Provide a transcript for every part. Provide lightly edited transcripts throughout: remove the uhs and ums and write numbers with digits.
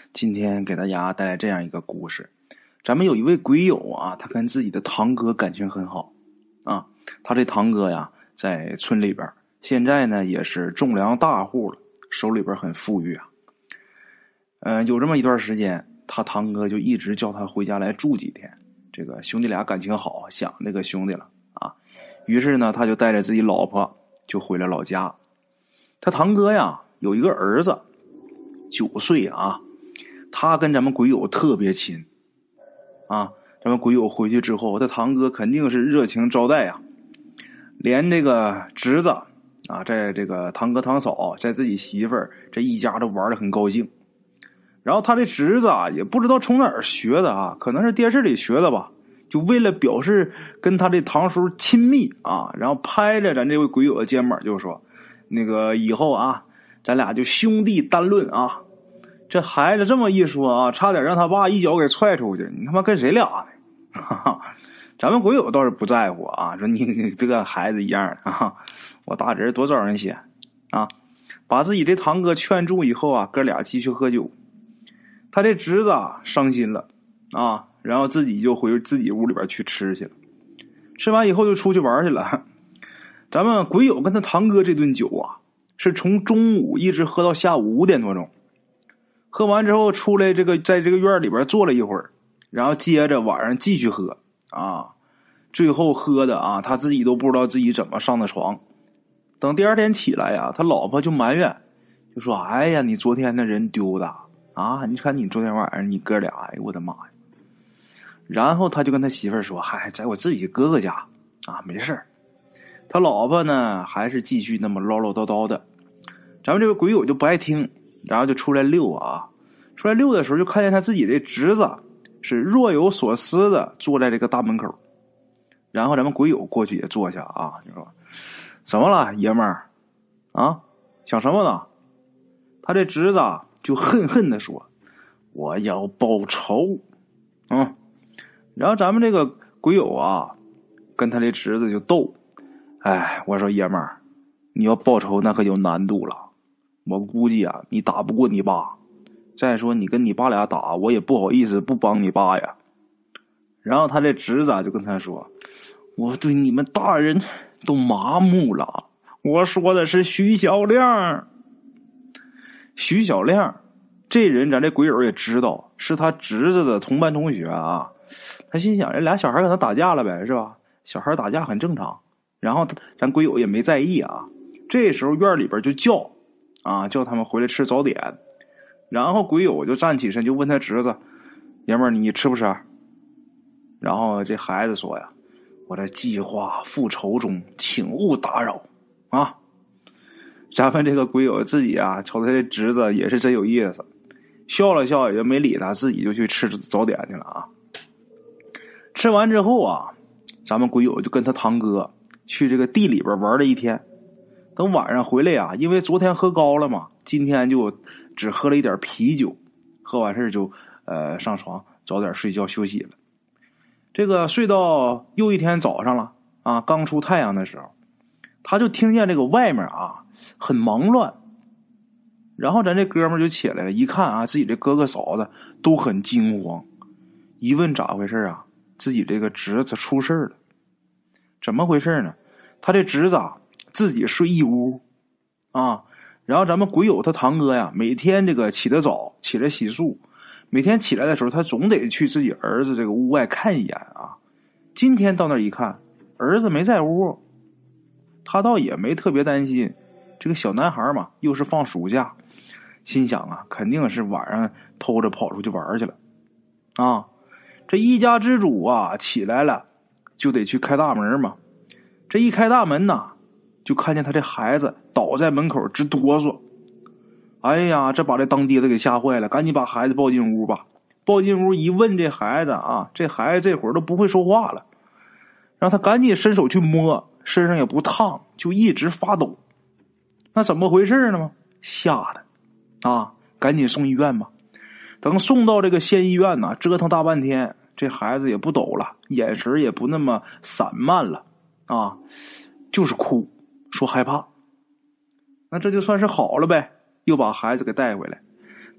今天给大家带来这样一个故事。咱们有一位鬼友啊，他跟自己的堂哥感情很好啊。他这堂哥呀，在村里边，现在呢也是种粮大户了，手里边很富裕啊。有这么一段时间，他堂哥就一直叫他回家来住几天。这个兄弟俩感情好，想那个兄弟了啊。于是呢，他就带着自己老婆就回了老家。他堂哥呀有一个儿子，9岁啊。他跟咱们鬼友特别亲啊，咱们鬼友回去之后，他堂哥肯定是热情招待啊，连这个侄子啊，在这个堂哥堂嫂，在自己媳妇儿这一家都玩得很高兴。然后他这侄子啊，也不知道从哪儿学的啊，可能是电视里学的吧，就为了表示跟他这堂叔亲密啊，然后拍着咱这位鬼友的肩膀就说，那个以后啊，咱俩就兄弟单论啊。这孩子这么一说啊，差点让他爸一脚给踹出去。你他妈跟谁俩呢？哈哈，咱们鬼友倒是不在乎啊，说你别跟孩子一样啊，我大侄多招人嫌啊。把自己这堂哥劝住以后啊，哥俩继续喝酒。他这侄子啊伤心了啊，然后自己就回自己屋里边去吃去了。吃完以后就出去玩去了。咱们鬼友跟他堂哥这顿酒啊，是从中午一直喝到下午5点多钟。喝完之后出来，在这个院里边坐了一会儿，然后接着晚上继续喝啊。最后喝的啊，他自己都不知道自己怎么上的床。等第二天起来呀，他老婆就埋怨，就说：“哎呀，你昨天那人丢的啊！你看你昨天晚上你哥俩，哎呦我的妈呀！”然后他就跟他媳妇儿说：“嗨，在我自己哥哥家啊，没事儿。”他老婆呢，还是继续那么唠唠叨叨的。咱们这个鬼友就不爱听。然后就出来溜啊，出来溜的时候就看见他自己的侄子是若有所思的坐在这个大门口。然后咱们鬼友过去也坐下啊，就说：“怎么了，爷们儿啊？想什么呢？”他这侄子就恨恨的说：“我要报仇。”然后咱们这个鬼友啊，跟他这侄子就斗。哎，我说爷们儿，你要报仇那可有难度了。我估计啊，你打不过你爸。再说你跟你爸俩打，我也不好意思不帮你爸呀。然后他这侄子就跟他说：“我对你们大人都麻木了。我说的是徐小亮。”徐小亮这人咱这鬼友也知道，是他侄子的同班同学啊。他心想，这俩小孩跟他打架了呗，是吧？小孩打架很正常。然后咱鬼友也没在意啊。这时候院里边就叫他们回来吃早点。然后鬼友就站起身就问他侄子：“爷们儿，你吃不吃？”然后这孩子说呀：“我在计划复仇中，请勿打扰啊。”咱们这个鬼友自己啊，瞅他这侄子也是真有意思，笑了笑也就没理他，自己就去吃早点去了啊。吃完之后啊，咱们鬼友就跟他堂哥去这个地里边玩了一天。等晚上回来啊，因为昨天喝高了嘛，今天就只喝了一点啤酒，喝完事就上床早点睡觉休息了。这个睡到又一天早上了啊，刚出太阳的时候，他就听见这个外面啊很忙乱。然后咱这哥们就起来了，一看啊，自己这哥哥嫂子都很惊慌。一问咋回事啊，自己这个侄子出事了。怎么回事呢？他这侄子自己睡一屋啊，然后咱们鬼友他堂哥呀，每天这个起得早，起来洗漱，每天起来的时候，他总得去自己儿子这个屋外看一眼啊。今天到那一看，儿子没在屋，他倒也没特别担心。这个小男孩嘛，又是放暑假，心想啊，肯定是晚上偷着跑出去玩去了啊。这一家之主啊，起来了就得去开大门嘛。这一开大门呐，就看见他这孩子倒在门口直哆嗦。哎呀，这把这当爹的给吓坏了，赶紧把孩子抱进屋吧。抱进屋一问这孩子啊，这孩子这会儿都不会说话了。让他赶紧伸手去摸，身上也不烫，就一直发抖。那怎么回事呢？吓的啊，赶紧送医院吧。等送到这个县医院呢，折腾大半天，这孩子也不抖了，眼神也不那么散漫了啊，就是哭，说害怕。那这就算是好了呗，又把孩子给带回来。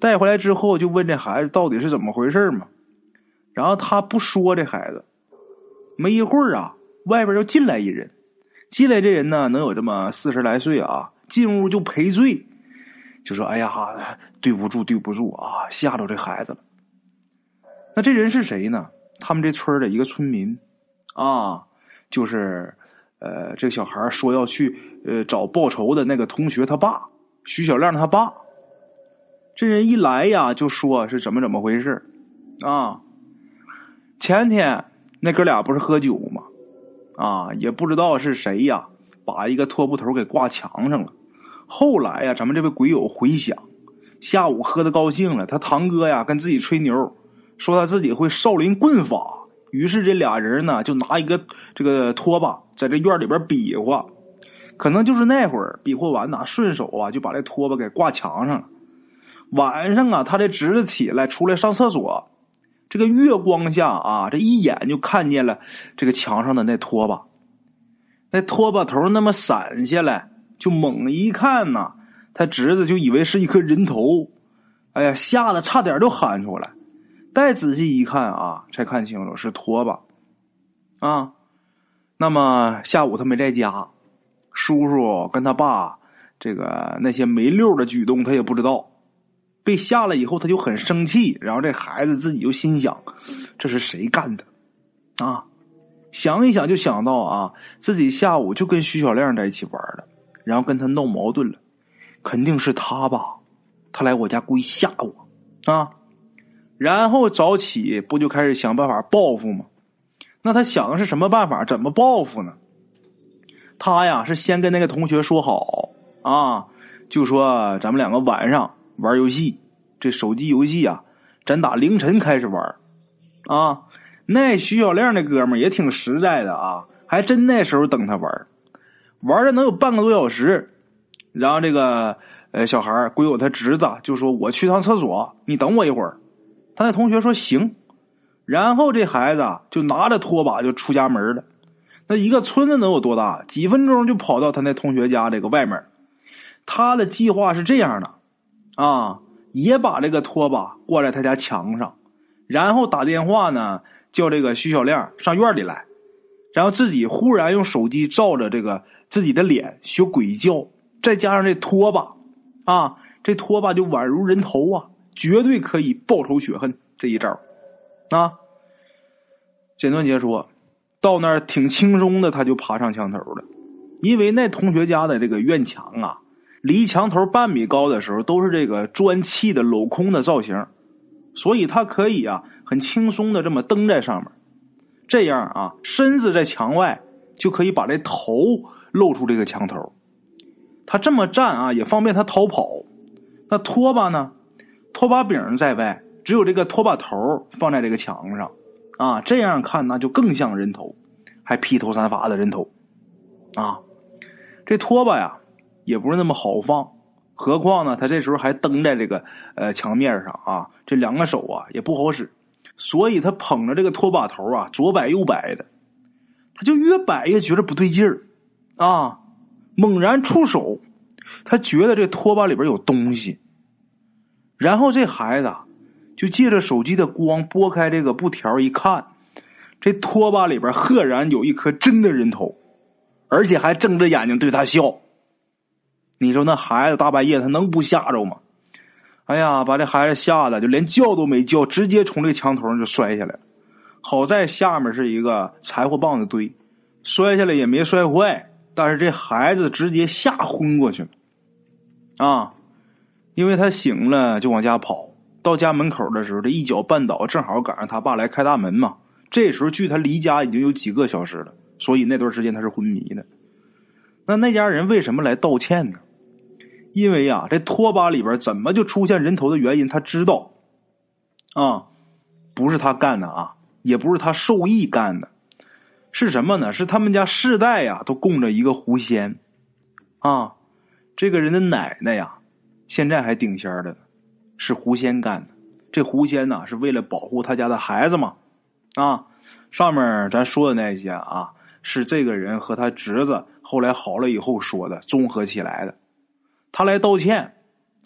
带回来之后就问这孩子到底是怎么回事嘛。然后他不说这孩子，没一会儿啊，外边又进来一人。进来这人呢，能有这么40来岁啊，进屋就赔罪，就说：“哎呀，对不住啊，吓着这孩子了。”那这人是谁呢？他们这村的一个村民啊，就是这个小孩说要去找报仇的那个同学他爸，徐小亮他爸。这人一来呀，就说是怎么回事啊？前天那哥俩不是喝酒吗？啊，也不知道是谁呀，把一个拖布头给挂墙上了。后来呀，咱们这位鬼友回想，下午喝得高兴了，他堂哥呀跟自己吹牛，说他自己会少林棍法。于是这俩人呢，就拿一个这个拖把在这院里边比划。可能就是那会儿比划完呢，顺手啊就把这拖把给挂墙上了。晚上啊，他这侄子起来出来上厕所，这个月光下啊，这一眼就看见了这个墙上的那拖把。那拖把头那么闪下来，就猛一看呐，他侄子就以为是一颗人头，哎呀，吓得差点就喊出来。再仔细一看啊，才看清楚是拖把啊。那么下午他没在家，叔叔跟他爸这个那些没溜的举动他也不知道。被吓了以后他就很生气，然后这孩子自己就心想，这是谁干的啊？想一想就想到啊，自己下午就跟徐小亮在一起玩了，然后跟他闹矛盾了，肯定是他吧，他来我家故意吓我啊。然后早起不就开始想办法报复吗？那他想的是什么办法，怎么报复呢？他呀是先跟那个同学说好啊，就说咱们两个晚上玩游戏，这手机游戏啊，咱打凌晨开始玩啊。那徐小亮那哥们儿也挺实在的啊，还真那时候等他玩了能有半个多小时。然后这个小孩归有他侄子就说：“我去趟厕所，你等我一会儿。”他那同学说：“行。”然后这孩子就拿着拖把就出家门了。那一个村子能有多大？几分钟就跑到他那同学家这个外面。他的计划是这样的啊，也把这个拖把挂在他家墙上，然后打电话呢叫这个徐小亮上院里来，然后自己忽然用手机照着这个自己的脸学鬼叫，再加上这拖把啊，这拖把就宛如人头啊，绝对可以报仇雪恨。这一招啊，简短截说，到那儿挺轻松的，他就爬上墙头了。因为那同学家的这个院墙啊，离墙头半米高的时候都是这个砖砌的镂空的造型，所以他可以啊很轻松的这么蹬在上面，这样啊身子在墙外就可以把这头露出这个墙头。他这么站啊也方便他逃跑。那拖把呢，拖把柄在外，只有这个拖把头放在这个墙上啊，这样看那就更像人头，还披头散发的人头啊。这拖把呀也不是那么好放，何况呢他这时候还蹬在这个墙面上啊，这两个手啊也不好使，所以他捧着这个拖把头啊左摆右摆的，他就越摆越觉得不对劲儿啊，猛然出手，他觉得这拖把里边有东西，然后这孩子就借着手机的光拨开这个布条一看，这拖把里边赫然有一颗真的人头，而且还睁着眼睛对他笑。你说那孩子大半夜他能不吓着吗？哎呀，把这孩子吓得就连叫都没叫，直接从这墙头上就摔下来了。好在下面是一个柴火棒子堆，摔下来也没摔坏，但是这孩子直接吓昏过去了啊！因为他醒了就往家跑，到家门口的时候这一脚绊倒，正好赶上他爸来开大门嘛。这时候距他离家已经有几个小时了，所以那段时间他是昏迷的。那家人为什么来道歉呢？因为啊这拖把里边怎么就出现人头的原因他知道啊，不是他干的啊，也不是他授意干的，是什么呢？是他们家世代呀都供着一个狐仙啊，这个人的奶奶呀现在还顶仙的呢，是狐仙干的。这狐仙呢是为了保护他家的孩子嘛啊，上面咱说的那些啊是这个人和他侄子后来好了以后说的，综合起来的。他来道歉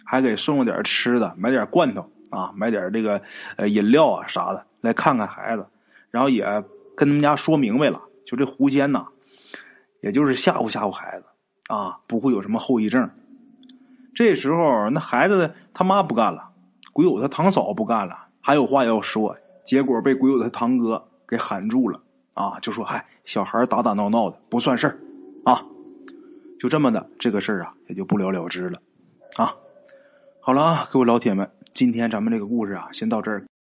还给送了点吃的，买点罐头啊，买点这个饮料啊啥的，来看看孩子。然后也跟他们家说明白了，就这狐仙呐，也就是吓唬吓唬孩子啊，不会有什么后遗症。这时候那孩子他妈不干了，鬼友他堂嫂不干了，还有话要说，结果被鬼友他堂哥给喊住了啊，就说嗨，小孩打打闹闹的不算事儿啊。就这么的，这个事儿啊也就不了了之了啊。好了啊，各位老铁们，今天咱们这个故事啊先到这儿。